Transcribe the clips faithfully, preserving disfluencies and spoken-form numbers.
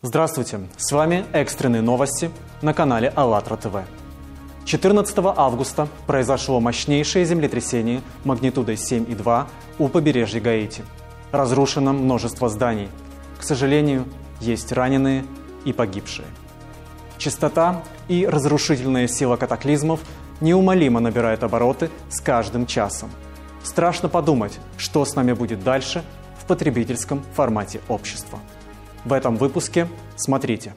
Здравствуйте, с вами экстренные новости на канале АЛЛАТРА ТВ. четырнадцатого августа произошло мощнейшее землетрясение магнитудой семь и два у побережья Гаити. Разрушено множество зданий. К сожалению, есть раненые и погибшие. Частота и разрушительная сила катаклизмов неумолимо набирает обороты с каждым часом. Страшно подумать, что с нами будет дальше в потребительском формате общества. В этом выпуске смотрите.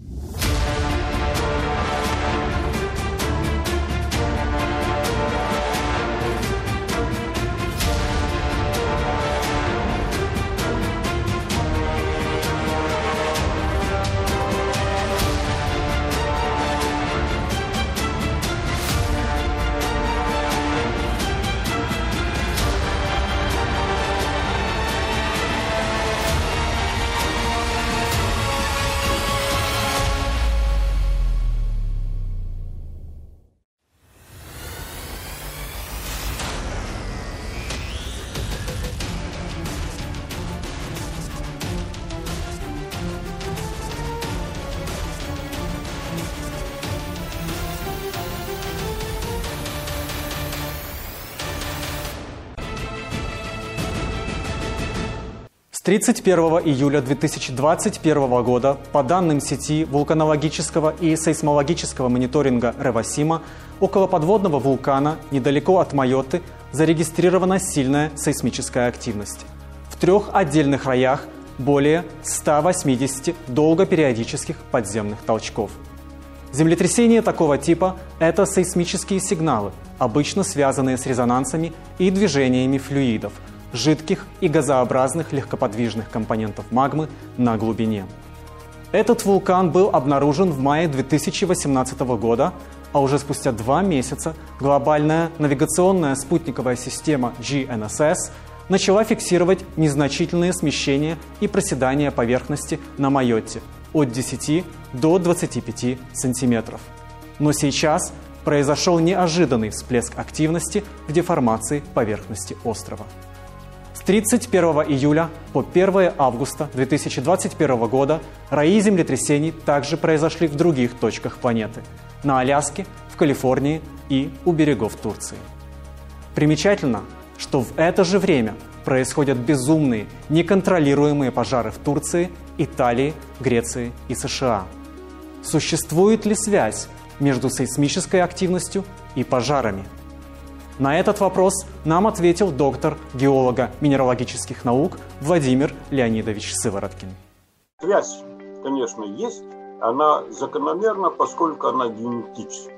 С тридцать первого июля две тысячи двадцать первого года по данным сети вулканологического и сейсмологического мониторинга Ревасима около подводного вулкана недалеко от Майотты зарегистрирована сильная сейсмическая активность. В трех отдельных раях более ста восьмидесяти долгопериодических подземных толчков. Землетрясения такого типа – это сейсмические сигналы, обычно связанные с резонансами и движениями флюидов, жидких и газообразных легкоподвижных компонентов магмы на глубине. Этот вулкан был обнаружен в мае две тысячи восемнадцатого года, а уже спустя два месяца глобальная навигационная спутниковая система джи эн эс эс начала фиксировать незначительные смещения и проседания поверхности на Майотте от десяти до двадцати пяти сантиметров. Но сейчас произошел неожиданный всплеск активности в деформации поверхности острова. С тридцать первого июля по первое августа две тысячи двадцать первого года раи землетрясений также произошли в других точках планеты – на Аляске, в Калифорнии и у берегов Турции. Примечательно, что в это же время происходят безумные, неконтролируемые пожары в Турции, Италии, Греции и США. Существует ли связь между сейсмической активностью и пожарами? На этот вопрос нам ответил доктор геолого-минералогических наук Владимир Леонидович Сывороткин. Связь, конечно, есть. Она закономерна, поскольку она генетически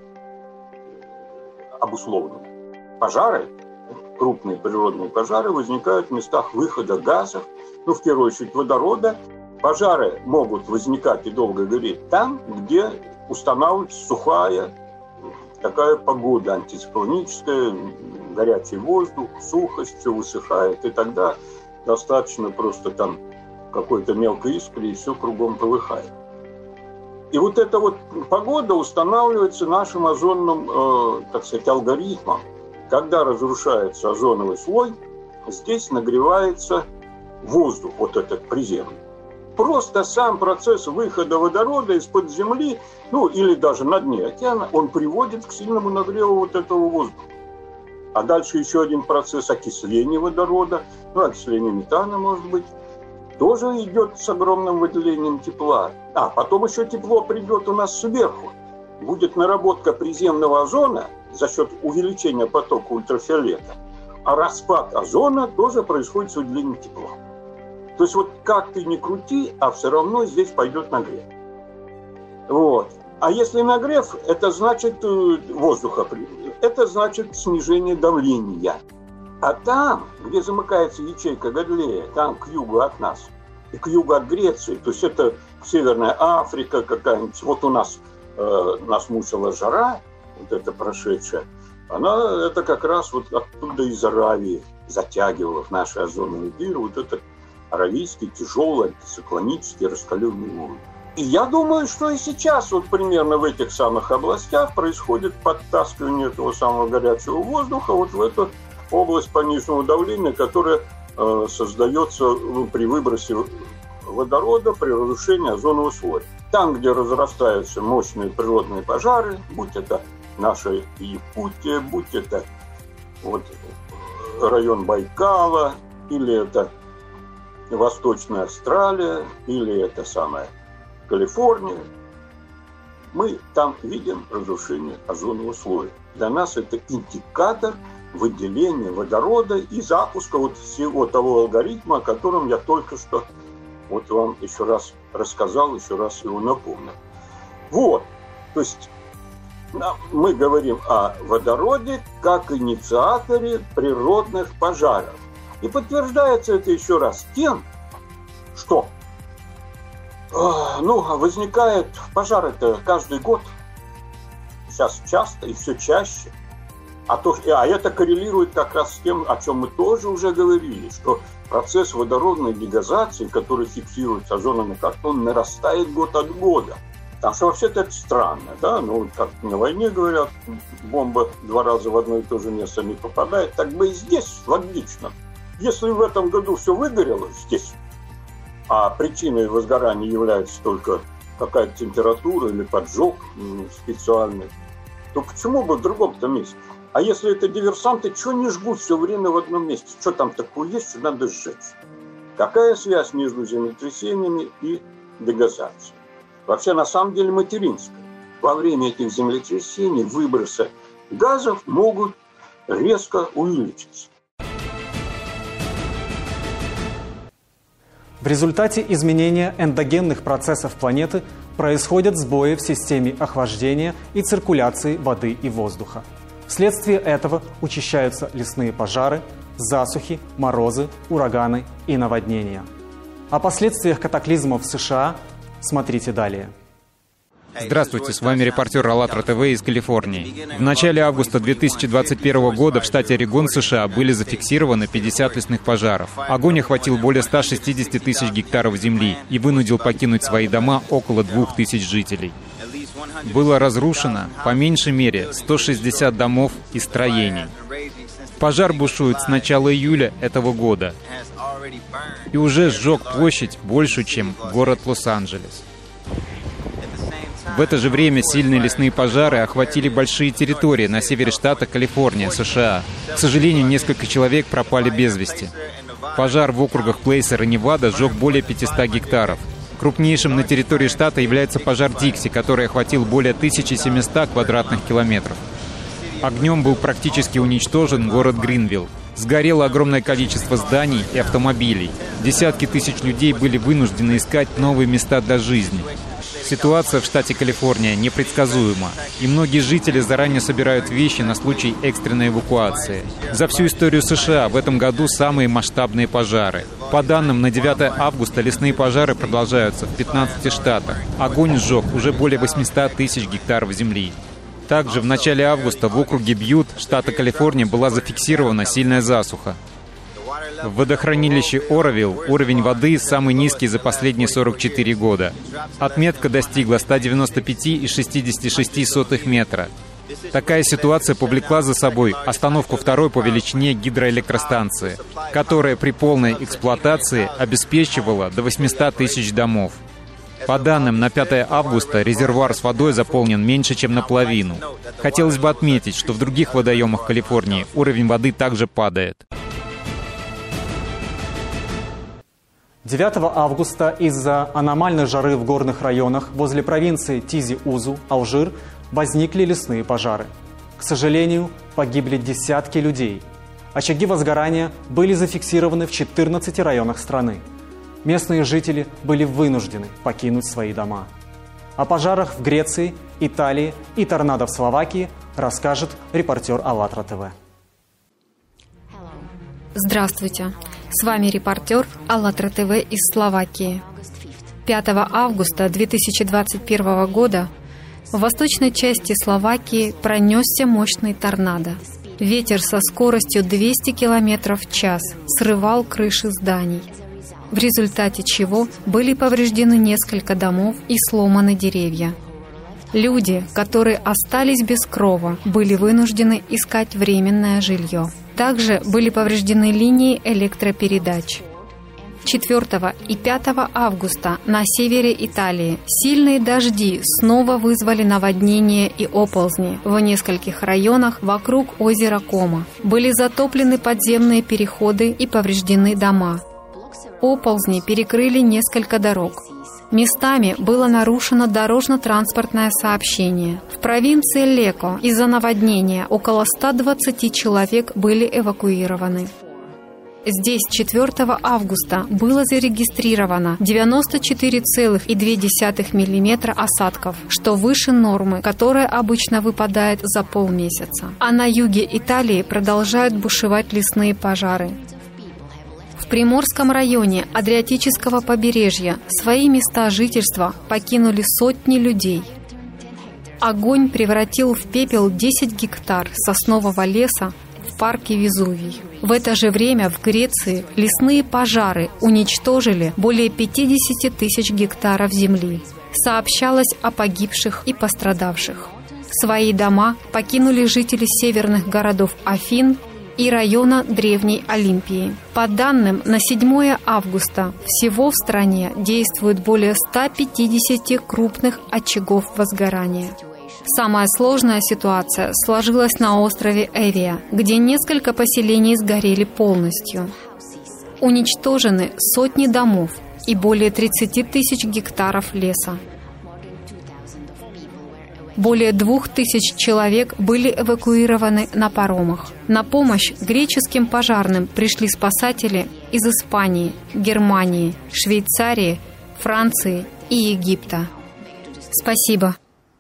обусловлена. Пожары, крупные природные пожары, возникают в местах выхода газов, ну, в первую очередь, водорода. Пожары могут возникать и долго гореть там, где устанавливается сухая, такая погода антициклоническая, горячий воздух, сухость, все высыхает, и тогда достаточно просто там какой-то мелкой искры, и все кругом полыхает. И вот эта вот погода устанавливается нашим озонным, э, так сказать, алгоритмом. Когда разрушается озоновый слой, здесь нагревается воздух, вот этот приземный. Просто сам процесс выхода водорода из-под земли, ну или даже на дне океана, он приводит к сильному нагреву вот этого воздуха. А дальше еще один процесс окисления водорода, ну окисление метана, может быть, тоже идет с огромным выделением тепла. А потом еще тепло придет у нас сверху. Будет наработка приземного озона за счет увеличения потока ультрафиолета. А распад озона тоже происходит с выделением тепла. То есть вот как ты ни крути, а все равно здесь пойдет нагрев. Вот. А если нагрев, это значит воздуха, это значит снижение давления. А там, где замыкается ячейка Гадлея, там к югу от нас, и к югу от Греции, то есть это Северная Африка какая-нибудь, вот у нас э, нас мучила жара, вот эта прошедшая, она это как раз вот оттуда из Аравии затягивала в наши озоновые дыры вот это аравийский тяжелый антициклонический раскаленный воздух. И я думаю, что и сейчас вот примерно в этих самых областях происходит подтаскивание этого самого горячего воздуха вот в эту область пониженного давления, которая э, создается ну, при выбросе водорода при разрушении озонового слоя. Там, где разрастаются мощные природные пожары, будь это наша Якутия, будь это вот район Байкала, или это Восточная Австралия, или это самая Калифорния, мы там видим разрушение озонового слоя. Для нас это индикатор выделения водорода и запуска вот всего того алгоритма, о котором я только что вот вам еще раз рассказал, еще раз его напомнил. Вот, то есть мы говорим о водороде как инициаторе природных пожаров. И подтверждается это еще раз тем, что ну, возникает пожар-то каждый год, сейчас часто и все чаще. А, то, а это коррелирует как раз с тем, о чем мы тоже уже говорили, что процесс водородной дегазации, который фиксируется озоновой картой, он нарастает год от года. Потому что вообще-то это странно, да? Ну, как на войне говорят, бомба два раза в одно и то же место не попадает, так бы и здесь логично. Если в этом году все выгорело здесь, а причиной возгорания является только какая-то температура или поджог специальный, то почему бы в другом-то месте? А если это диверсанты, что не жгут все время в одном месте? Что там такое есть, что надо сжечь? Какая связь между землетрясениями и дегазацией? Вообще, на самом деле, материнская. Во время этих землетрясений выбросы газов могут резко увеличиться. В результате изменения эндогенных процессов планеты происходят сбои в системе охлаждения и циркуляции воды и воздуха. Вследствие этого учащаются лесные пожары, засухи, морозы, ураганы и наводнения. О последствиях катаклизмов в США смотрите далее. Здравствуйте, с вами репортер АЛЛАТРА ТВ из Калифорнии. В начале августа две тысячи двадцать первого года в штате Орегон, США, были зафиксированы пятьдесят лесных пожаров. Огонь охватил более ста шестидесяти тысяч гектаров земли и вынудил покинуть свои дома около двух тысяч жителей. Было разрушено, по меньшей мере, сто шестьдесят домов и строений. Пожар бушует с начала июля этого года и уже сжег площадь большую, чем город Лос-Анджелес. В это же время сильные лесные пожары охватили большие территории на севере штата Калифорния, США. К сожалению, несколько человек пропали без вести. Пожар в округах Плейсер и Невада сжег более пятисот гектаров. Крупнейшим на территории штата является пожар Дикси, который охватил более тысячи семисот квадратных километров. Огнем был практически уничтожен город Гринвилл. Сгорело огромное количество зданий и автомобилей. Десятки тысяч людей были вынуждены искать новые места для жизни. Ситуация в штате Калифорния непредсказуема, и многие жители заранее собирают вещи на случай экстренной эвакуации. За всю историю США в этом году самые масштабные пожары. По данным на девятое августа лесные пожары продолжаются в пятнадцати штатах. Огонь сжег уже более восьмисот тысяч гектаров земли. Также в начале августа в округе Бьют, штата Калифорния, была зафиксирована сильная засуха. В водохранилище Оровилл уровень воды самый низкий за последние сорок четыре года. Отметка достигла ста девяноста пяти целых шестидесяти шести сотых метра. Такая ситуация повлекла за собой остановку второй по величине гидроэлектростанции, которая при полной эксплуатации обеспечивала до восьмисот тысяч домов. По данным на пятое августа, резервуар с водой заполнен меньше, чем наполовину. Хотелось бы отметить, что в других водоемах Калифорнии уровень воды также падает. девятого августа из-за аномальной жары в горных районах возле провинции Тизи-Узу, Алжир, возникли лесные пожары. К сожалению, погибли десятки людей. Очаги возгорания были зафиксированы в четырнадцати районах страны. Местные жители были вынуждены покинуть свои дома. О пожарах в Греции, Италии и торнадо в Словакии расскажет репортер АЛЛАТРА ТВ. Здравствуйте! С вами репортер АЛЛАТРА ТВ из Словакии. пятого августа две тысячи двадцать первого года в восточной части Словакии пронесся мощный торнадо. Ветер со скоростью двести километров в час срывал крыши зданий, в результате чего были повреждены несколько домов и сломаны деревья. Люди, которые остались без крова, были вынуждены искать временное жилье. Также были повреждены линии электропередач. четвёртого и пятого августа на севере Италии сильные дожди снова вызвали наводнения и оползни в нескольких районах вокруг озера Кома. Были затоплены подземные переходы и повреждены дома. Оползни перекрыли несколько дорог. Местами было нарушено дорожно-транспортное сообщение. В провинции Лекко из-за наводнения около ста двадцати человек были эвакуированы. Здесь четвёртого августа было зарегистрировано девяносто четыре целых две десятых миллиметра осадков, что выше нормы, которая обычно выпадает за полмесяца. А на юге Италии продолжают бушевать лесные пожары. В Приморском районе Адриатического побережья свои места жительства покинули сотни людей. Огонь превратил в пепел десять гектар соснового леса в парке Везувий. В это же время в Греции лесные пожары уничтожили более пятидесяти тысяч гектаров земли. Сообщалось о погибших и пострадавших. Свои дома покинули жители северных городов Афин и района Древней Олимпии. По данным на седьмое августа всего в стране действует более ста пятидесяти крупных очагов возгорания. Самая сложная ситуация сложилась на острове Эвия, где несколько поселений сгорели полностью. Уничтожены сотни домов и более тридцати тысяч гектаров леса. Более двух тысяч человек были эвакуированы на паромах. На помощь греческим пожарным пришли спасатели из Испании, Германии, Швейцарии, Франции и Египта. Спасибо.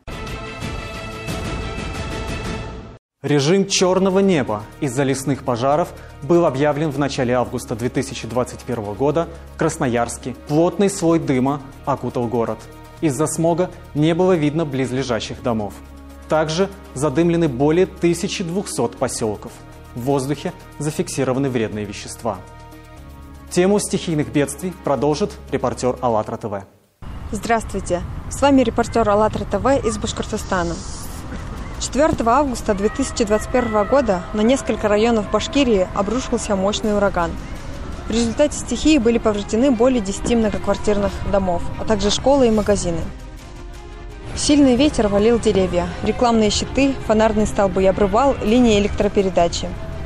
Режим черного неба из-за лесных пожаров был объявлен в начале августа две тысячи двадцать первого года в Красноярске. Плотный слой дыма окутал город. Из-за смога не было видно близлежащих домов. Также задымлены более тысячи двухсот поселков. В воздухе зафиксированы вредные вещества. Тему стихийных бедствий продолжит репортер АЛЛАТРА ТВ. Здравствуйте, с вами репортер АЛЛАТРА ТВ из Башкортостана. четвёртого августа две тысячи двадцать первого года на несколько районов Башкирии обрушился мощный ураган. В результате стихии были повреждены более десяти многоквартирных домов, а также школы и магазины. Сильный ветер валил деревья, рекламные щиты, фонарные столбы и обрывал линии электропередачи.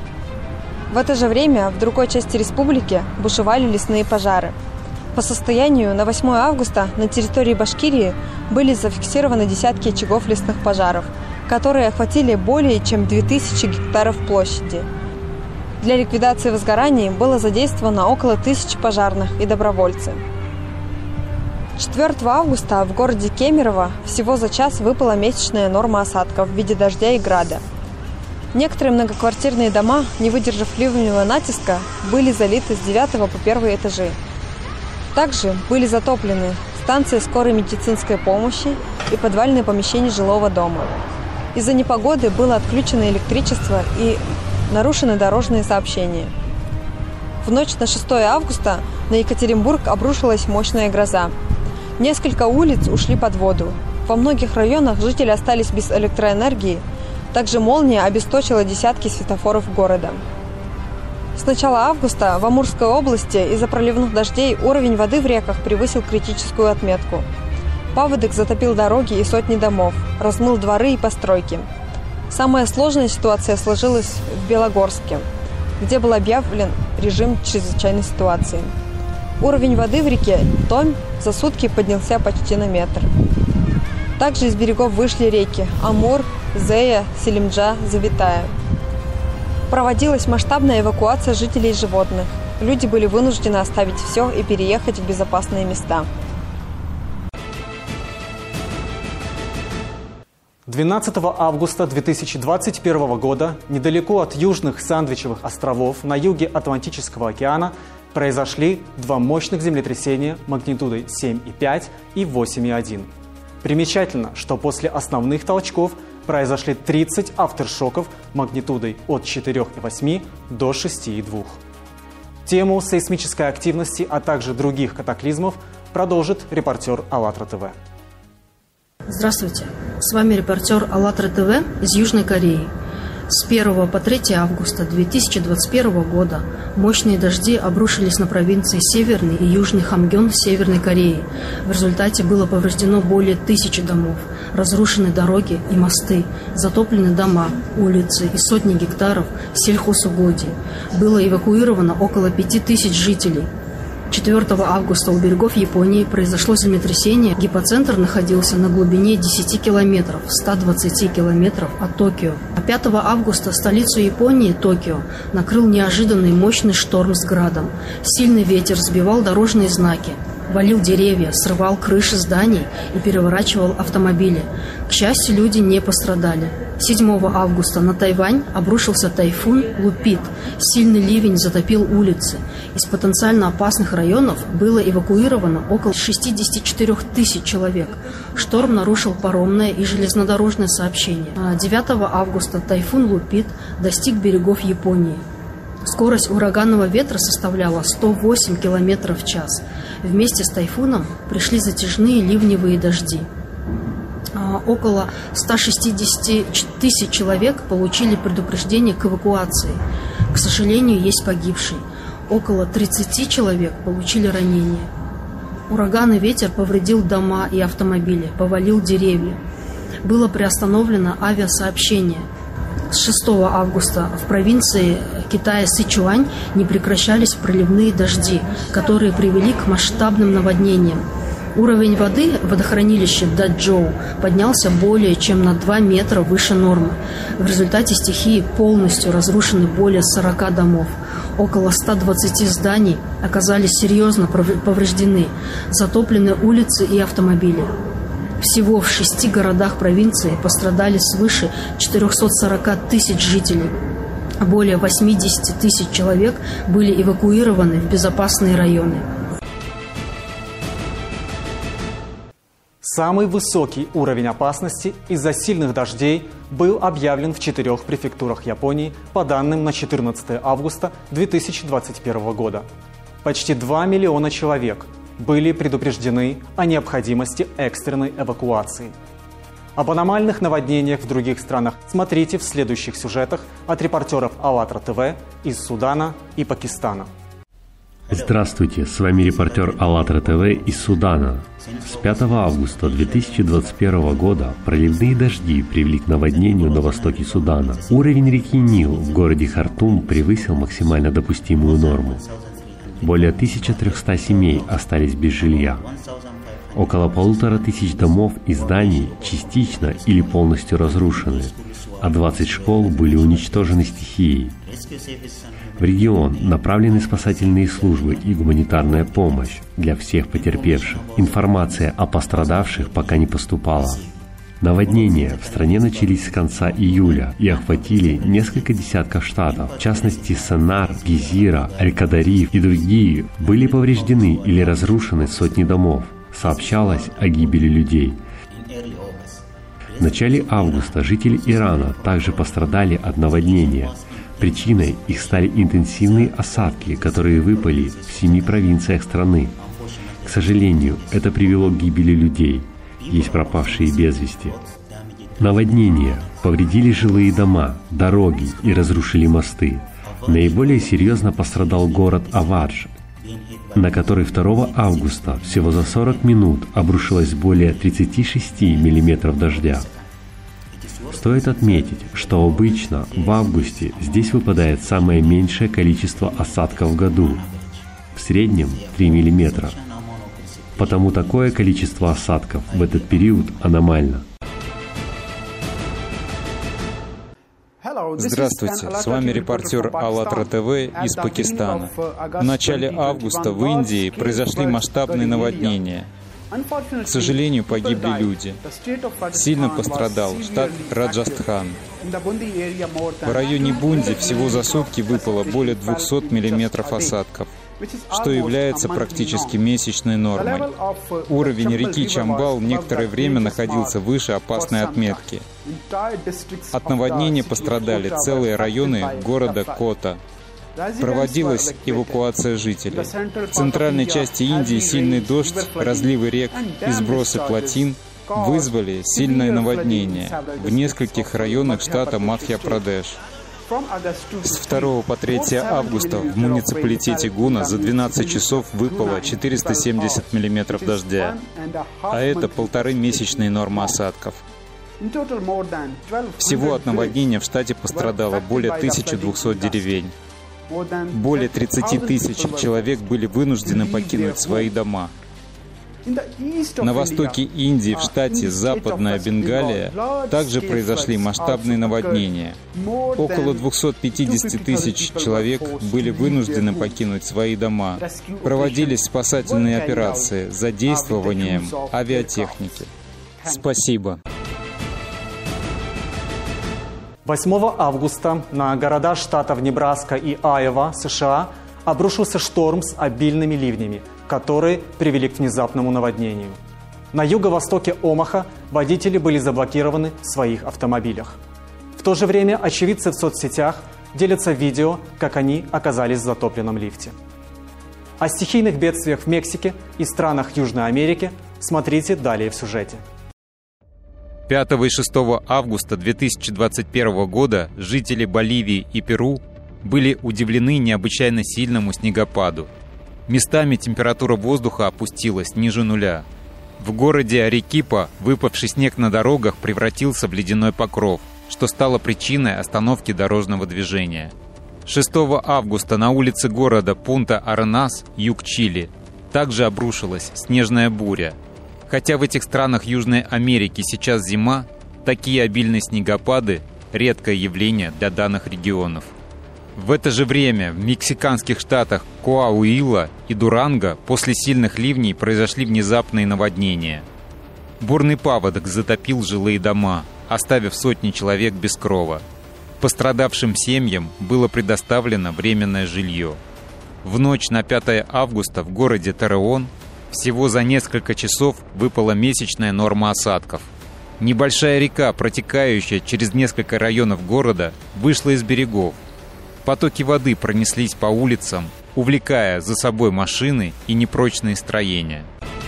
В это же время в другой части республики бушевали лесные пожары. По состоянию на восьмое августа на территории Башкирии были зафиксированы десятки очагов лесных пожаров, которые охватили более чем две тысячи гектаров площади. Для ликвидации возгораний было задействовано около тысячи пожарных и добровольцев. четвёртого августа в городе Кемерово всего за час выпала месячная норма осадков в виде дождя и града. Некоторые многоквартирные дома, не выдержав ливневого натиска, были залиты с девятого по первый этажи. Также были затоплены станция скорой медицинской помощи и подвальные помещения жилого дома. Из-за непогоды было отключено электричество и нарушены дорожные сообщения. В ночь на шестое августа на Екатеринбург обрушилась мощная гроза. Несколько улиц ушли под воду. Во многих районах жители остались без электроэнергии. Также молния обесточила десятки светофоров города. С начала августа в Амурской области из-за проливных дождей уровень воды в реках превысил критическую отметку. Паводок затопил дороги и сотни домов, размыл дворы и постройки. Самая сложная ситуация сложилась в Белогорске, где был объявлен режим чрезвычайной ситуации. Уровень воды в реке Томь за сутки поднялся почти на метр. Также из берегов вышли реки Амур, Зея, Селимджа, Завитая. Проводилась масштабная эвакуация жителей и животных. Люди были вынуждены оставить все и переехать в безопасные места. двенадцатого августа две тысячи двадцать первого года недалеко от южных Сандвичевых островов на юге Атлантического океана произошли два мощных землетрясения магнитудой семь и пять и восемь и один. Примечательно, что после основных толчков произошли тридцать авторшоков магнитудой от четырёх и восьми до шести и двух. Тему сейсмической активности, а также других катаклизмов продолжит репортер АЛЛАТРА ТВ. Здравствуйте, с вами репортер АЛЛАТРА ТВ из Южной Кореи. С первого по третье августа две тысячи двадцать первого года мощные дожди обрушились на провинции Северный и Южный Хамгён Северной Кореи. В результате было повреждено более тысячи домов, разрушены дороги и мосты, затоплены дома, улицы и сотни гектаров сельхозугодий. Было эвакуировано около пяти тысяч жителей. четвёртого августа у берегов Японии произошло землетрясение. Гипоцентр находился на глубине десяти километров, ста двадцати километров от Токио. А пятого августа столицу Японии, Токио, накрыл неожиданный мощный шторм с градом. Сильный ветер сбивал дорожные знаки, валил деревья, срывал крыши зданий и переворачивал автомобили. К счастью, люди не пострадали. седьмого августа на Тайвань обрушился тайфун Лупит. Сильный ливень затопил улицы. Из потенциально опасных районов было эвакуировано около шестидесяти четырёх тысяч человек. Шторм нарушил паромное и железнодорожное сообщение. девятого августа тайфун Лупит достиг берегов Японии. Скорость ураганного ветра составляла сто восемь километров в час. Вместе с тайфуном пришли затяжные ливневые дожди. Около ста шестидесяти тысяч человек получили предупреждение к эвакуации. К сожалению, есть погибшие. Около тридцати человек получили ранения. Ураганный ветер повредил дома и автомобили, повалил деревья. Было приостановлено авиасообщение. С шестого августа в провинции Китая Сычуань не прекращались проливные дожди, которые привели к масштабным наводнениям. Уровень воды в водохранилище Даджоу поднялся более чем на два метра выше нормы. В результате стихии полностью разрушены более сорока домов. Около ста двадцати зданий оказались серьезно повреждены, затоплены улицы и автомобили. Всего в шести городах провинции пострадали свыше четырёхсот сорока тысяч жителей. Более восьмидесяти тысяч человек были эвакуированы в безопасные районы. Самый высокий уровень опасности из-за сильных дождей был объявлен в четырех префектурах Японии по данным на четырнадцатое августа две тысячи двадцать первого года. Почти два миллиона человек были предупреждены о необходимости экстренной эвакуации. Об аномальных наводнениях в других странах смотрите в следующих сюжетах от репортеров АЛЛАТРА ТВ из Судана и Пакистана. Здравствуйте, с вами репортер АЛЛАТРА ТВ из Судана. С пятого августа две тысячи двадцать первого года проливные дожди привели к наводнению на востоке Судана. Уровень реки Нил в городе Хартум превысил максимально допустимую норму. Более тысячи трёхсот семей остались без жилья. Около полутора тысяч домов и зданий частично или полностью разрушены, а двадцать школ были уничтожены стихией. В регион направлены спасательные службы и гуманитарная помощь для всех потерпевших. Информация о пострадавших пока не поступала. Наводнения в стране начались с конца июля и охватили несколько десятков штатов. В частности, Сеннар, Гизира, Аль-Кадариф и другие были повреждены или разрушены сотни домов. Сообщалось о гибели людей. В начале августа жители Ирана также пострадали от наводнения. Причиной их стали интенсивные осадки, которые выпали в семи провинциях страны. К сожалению, это привело к гибели людей. Есть пропавшие без вести. Наводнения повредили жилые дома, дороги и разрушили мосты. Наиболее серьезно пострадал город Авадж, на который второго августа всего за сорок минут обрушилось более тридцати шести миллиметров дождя. Стоит отметить, что обычно в августе здесь выпадает самое меньшее количество осадков в году, в среднем три миллиметра. Потому такое количество осадков в этот период аномально. Здравствуйте, с вами репортер АЛЛАТРА ТВ из Пакистана. В начале августа в Индии произошли масштабные наводнения. К сожалению, погибли люди. Сильно пострадал штат Раджастхан. В районе Бунди всего за сутки выпало более двухсот миллиметров осадков, что является практически месячной нормой. Уровень реки Чамбал некоторое время находился выше опасной отметки. От наводнения пострадали целые районы города Кота. Проводилась эвакуация жителей. В центральной части Индии сильный дождь, разливы рек и сбросы плотин вызвали сильное наводнение в нескольких районах штата Мадхья-Прадеш. С второго по третье августа в муниципалитете Гуна за двенадцать часов выпало четыреста семьдесят миллиметров дождя, а это полторы месячные нормы осадков. Всего от наводнения в штате пострадало более тысячи двухсот деревень. Более тридцати тысяч человек были вынуждены покинуть свои дома. На востоке Индии, в штате Западная Бенгалия, также произошли масштабные наводнения. Около двухсот пятидесяти тысяч человек были вынуждены покинуть свои дома. Проводились спасательные операции с задействованием авиатехники. Спасибо. восьмого августа на города штатов Небраска и Айова, США, обрушился шторм с обильными ливнями, которые привели к внезапному наводнению. На юго-востоке Омаха водители были заблокированы в своих автомобилях. В то же время очевидцы в соцсетях делятся видео, как они оказались в затопленном лифте. О стихийных бедствиях в Мексике и странах Южной Америки смотрите далее в сюжете. пятого и шестого августа две тысячи двадцать первого года жители Боливии и Перу были удивлены необычайно сильному снегопаду. Местами температура воздуха опустилась ниже нуля. В городе Арекипа выпавший снег на дорогах превратился в ледяной покров, что стало причиной остановки дорожного движения. шестого августа на улице города Пунта-Аранас, юг Чили, также обрушилась снежная буря. Хотя в этих странах Южной Америки сейчас зима, такие обильные снегопады – редкое явление для данных регионов. В это же время в мексиканских штатах Коауила и Дуранго после сильных ливней произошли внезапные наводнения. Бурный паводок затопил жилые дома, оставив сотни человек без крова. Пострадавшим семьям было предоставлено временное жилье. В ночь на пятое августа в городе Торреон всего за несколько часов выпала месячная норма осадков. Небольшая река, протекающая через несколько районов города, вышла из берегов. Потоки воды пронеслись по улицам, увлекая за собой машины и непрочные строения.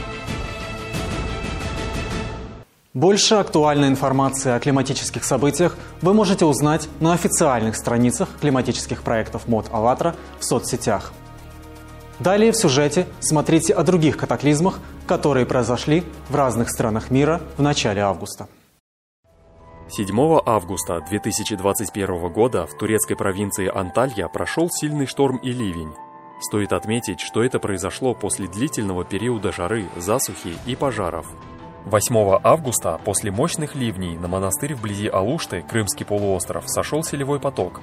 Больше актуальной информации о климатических событиях вы можете узнать на официальных страницах климатических проектов МОД «АЛЛАТРА» в соцсетях. Далее в сюжете смотрите о других катаклизмах, которые произошли в разных странах мира в начале августа. седьмого августа две тысячи двадцать первого года в турецкой провинции Анталья прошел сильный шторм и ливень. Стоит отметить, что это произошло после длительного периода жары, засухи и пожаров. восьмого августа после мощных ливней на монастырь вблизи Алушты, Крымский полуостров, сошел селевой поток.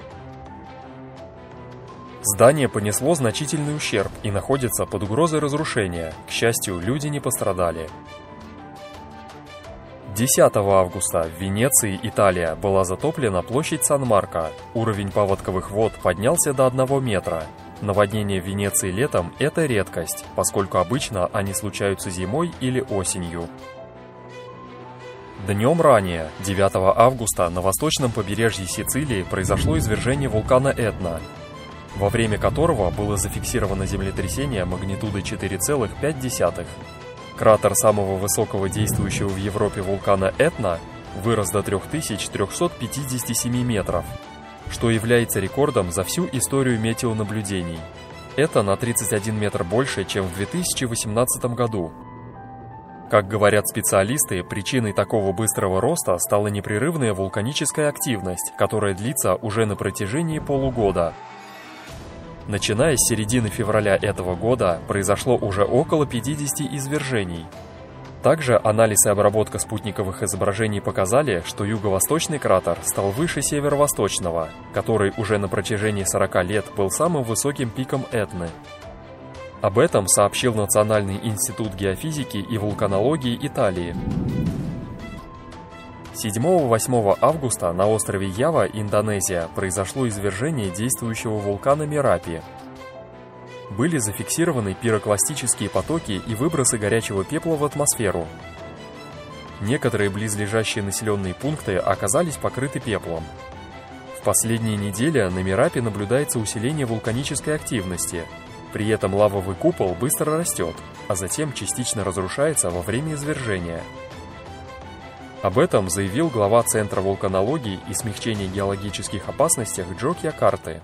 Здание понесло значительный ущерб и находится под угрозой разрушения. К счастью, люди не пострадали. десятого августа в Венеции, Италия, была затоплена площадь Сан-Марко. Уровень паводковых вод поднялся до одного метра. Наводнения в Венеции летом – это редкость, поскольку обычно они случаются зимой или осенью. Днем ранее, девятого августа, на восточном побережье Сицилии произошло извержение вулкана Этна, во время которого было зафиксировано землетрясение магнитудой четыре целых пять десятых. Кратер самого высокого действующего в Европе вулкана Этна вырос до три тысячи триста пятьдесят семь метров, что является рекордом за всю историю метеонаблюдений. Это на тридцать один метр больше, чем в две тысячи восемнадцатом году. Как говорят специалисты, причиной такого быстрого роста стала непрерывная вулканическая активность, которая длится уже на протяжении полугода. Начиная с середины февраля этого года произошло уже около пятидесяти извержений. Также анализ и обработка спутниковых изображений показали, что юго-восточный кратер стал выше северо-восточного, который уже на протяжении сорока лет был самым высоким пиком Этны. Об этом сообщил Национальный институт геофизики и вулканологии Италии. седьмого-восьмого августа на острове Ява, Индонезия, произошло извержение действующего вулкана Мерапи. Были зафиксированы пирокластические потоки и выбросы горячего пепла в атмосферу. Некоторые близлежащие населенные пункты оказались покрыты пеплом. В последние недели на Мерапи наблюдается усиление вулканической активности. При этом лавовый купол быстро растет, а затем частично разрушается во время извержения. Об этом заявил глава Центра вулканологии и смягчения геологических опасностей Джо Кьякарте.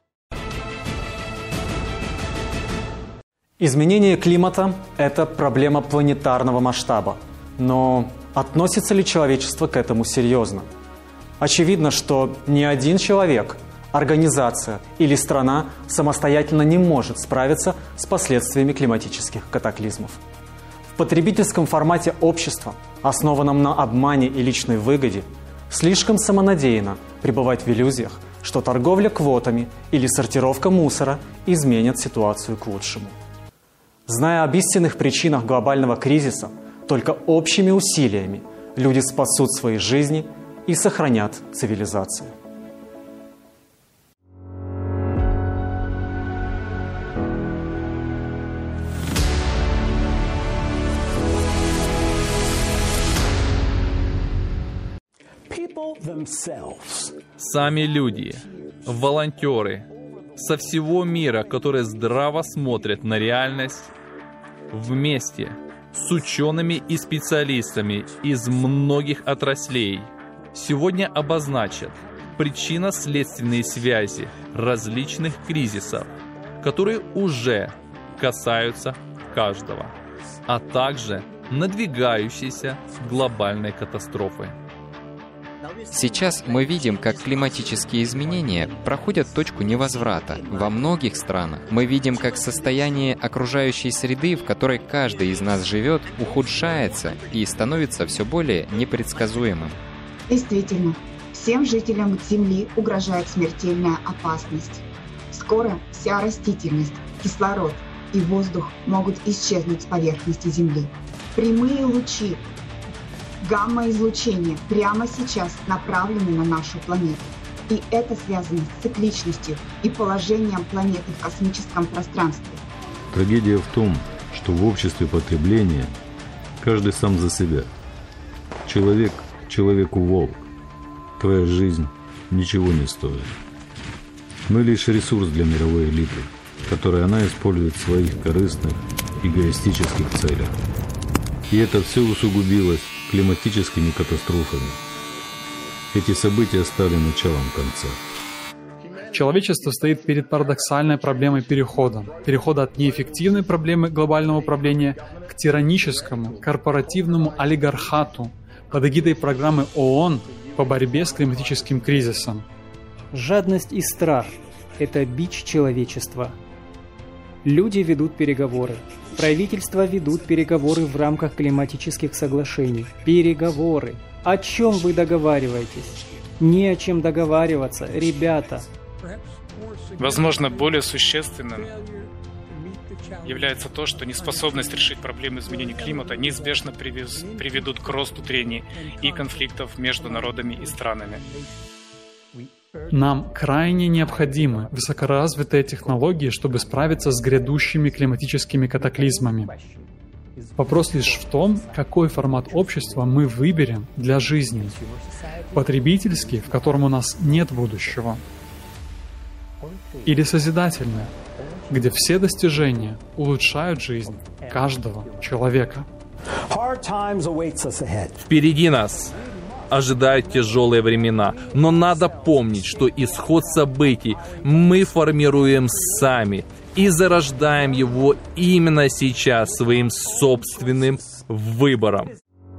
Изменение климата – это проблема планетарного масштаба. Но относится ли человечество к этому серьезно? Очевидно, что ни один человек, организация или страна самостоятельно не может справиться с последствиями климатических катаклизмов. В потребительском формате общества, основанном на обмане и личной выгоде, слишком самонадеянно пребывать в иллюзиях, что торговля квотами или сортировка мусора изменят ситуацию к лучшему. Зная об истинных причинах глобального кризиса, только общими усилиями люди спасут свои жизни и сохранят цивилизацию. Сами люди, волонтеры со всего мира, которые здраво смотрят на реальность, вместе с учеными и специалистами из многих отраслей сегодня обозначат причинно-следственные связи различных кризисов, которые уже касаются каждого, а также надвигающейся глобальной катастрофы. Сейчас мы видим, как климатические изменения проходят точку невозврата. Во многих странах мы видим, как состояние окружающей среды, в которой каждый из нас живет, ухудшается и становится все более непредсказуемым. Действительно, всем жителям Земли угрожает смертельная опасность. Скоро вся растительность, кислород и воздух могут исчезнуть с поверхности Земли. Прямые лучи гамма-излучение прямо сейчас направлены на нашу планету. И это связано с цикличностью и положением планеты в космическом пространстве. Трагедия в том, что в обществе потребления каждый сам за себя. Человек человеку волк. Твоя жизнь ничего не стоит. Мы лишь ресурс для мировой элиты, который она использует в своих корыстных, эгоистических целях. И это все усугубилось климатическими катастрофами. Эти события стали началом конца. Человечество стоит перед парадоксальной проблемой перехода. Перехода от неэффективной проблемы глобального управления к тираническому, корпоративному олигархату под эгидой программы ООН по борьбе с климатическим кризисом. Жадность и страх – это бич человечества. Люди ведут переговоры. Правительства ведут переговоры в рамках климатических соглашений. Переговоры. О чем вы договариваетесь? Не о чем договариваться, ребята. Возможно, более существенным является то, что неспособность решить проблемы изменения климата неизбежно привез, приведут к росту трений и конфликтов между народами и странами. Нам крайне необходимы высокоразвитые технологии, чтобы справиться с грядущими климатическими катаклизмами. Вопрос лишь в том, какой формат общества мы выберем для жизни. Потребительский, в котором у нас нет будущего. Или созидательный, где все достижения улучшают жизнь каждого человека. Впереди нас ожидают тяжелые времена, но надо помнить, что исход событий мы формируем сами и зарождаем его именно сейчас своим собственным выбором.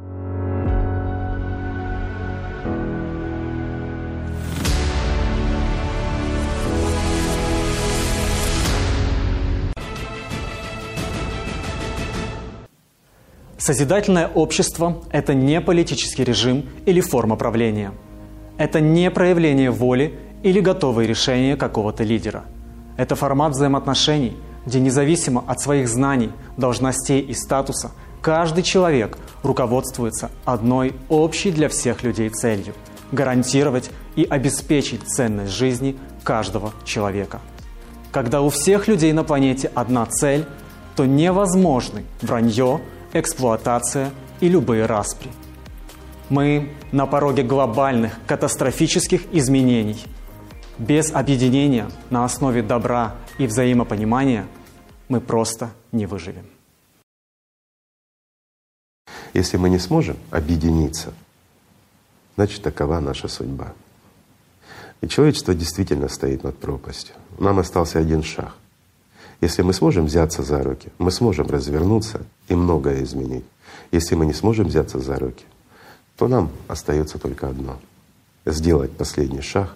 Созидательное общество – это не политический режим или форма правления. Это не проявление воли или готовые решения какого-то лидера. Это формат взаимоотношений, где независимо от своих знаний, должностей и статуса, каждый человек руководствуется одной общей для всех людей целью – гарантировать и обеспечить ценность жизни каждого человека. Когда у всех людей на планете одна цель, то невозможны вранье, эксплуатация и любые распри. Мы на пороге глобальных катастрофических изменений. Без объединения на основе добра и взаимопонимания мы просто не выживем. Если мы не сможем объединиться значит, такова наша судьба. И человечество действительно стоит над пропастью. Нам остался один шаг. Если мы сможем взяться за руки, мы сможем развернуться и многое изменить. Если мы не сможем взяться за руки, то нам остается только одно — сделать последний шаг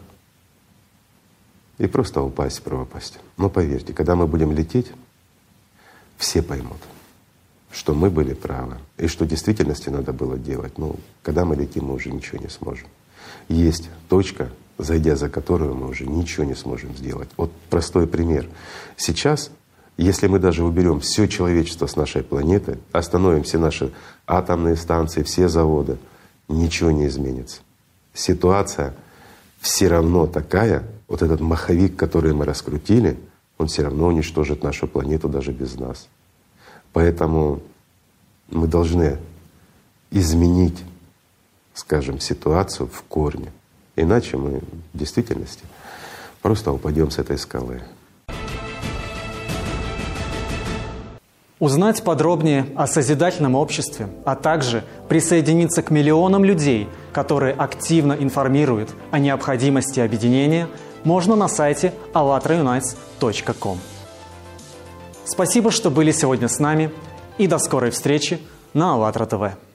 и просто упасть в пропасть. Но поверьте, когда мы будем лететь, все поймут, что мы были правы и что в действительности надо было делать. Но когда мы летим, мы уже ничего не сможем. Есть точка, зайдя за которую мы уже ничего не сможем сделать. Вот простой пример. Сейчас, если мы даже уберем все человечество с нашей планеты, остановим все наши атомные станции, все заводы, ничего не изменится. Ситуация все равно такая, вот этот маховик, который мы раскрутили, он все равно уничтожит нашу планету даже без нас. Поэтому мы должны изменить, скажем, ситуацию в корне. Иначе мы в действительности просто упадем с этой скалы. Узнать подробнее о созидательном обществе, а также присоединиться к миллионам людей, которые активно информируют о необходимости объединения, можно на сайте allatra unites точка ком. Спасибо, что были сегодня с нами, и до скорой встречи на АЛЛАТРА ТВ.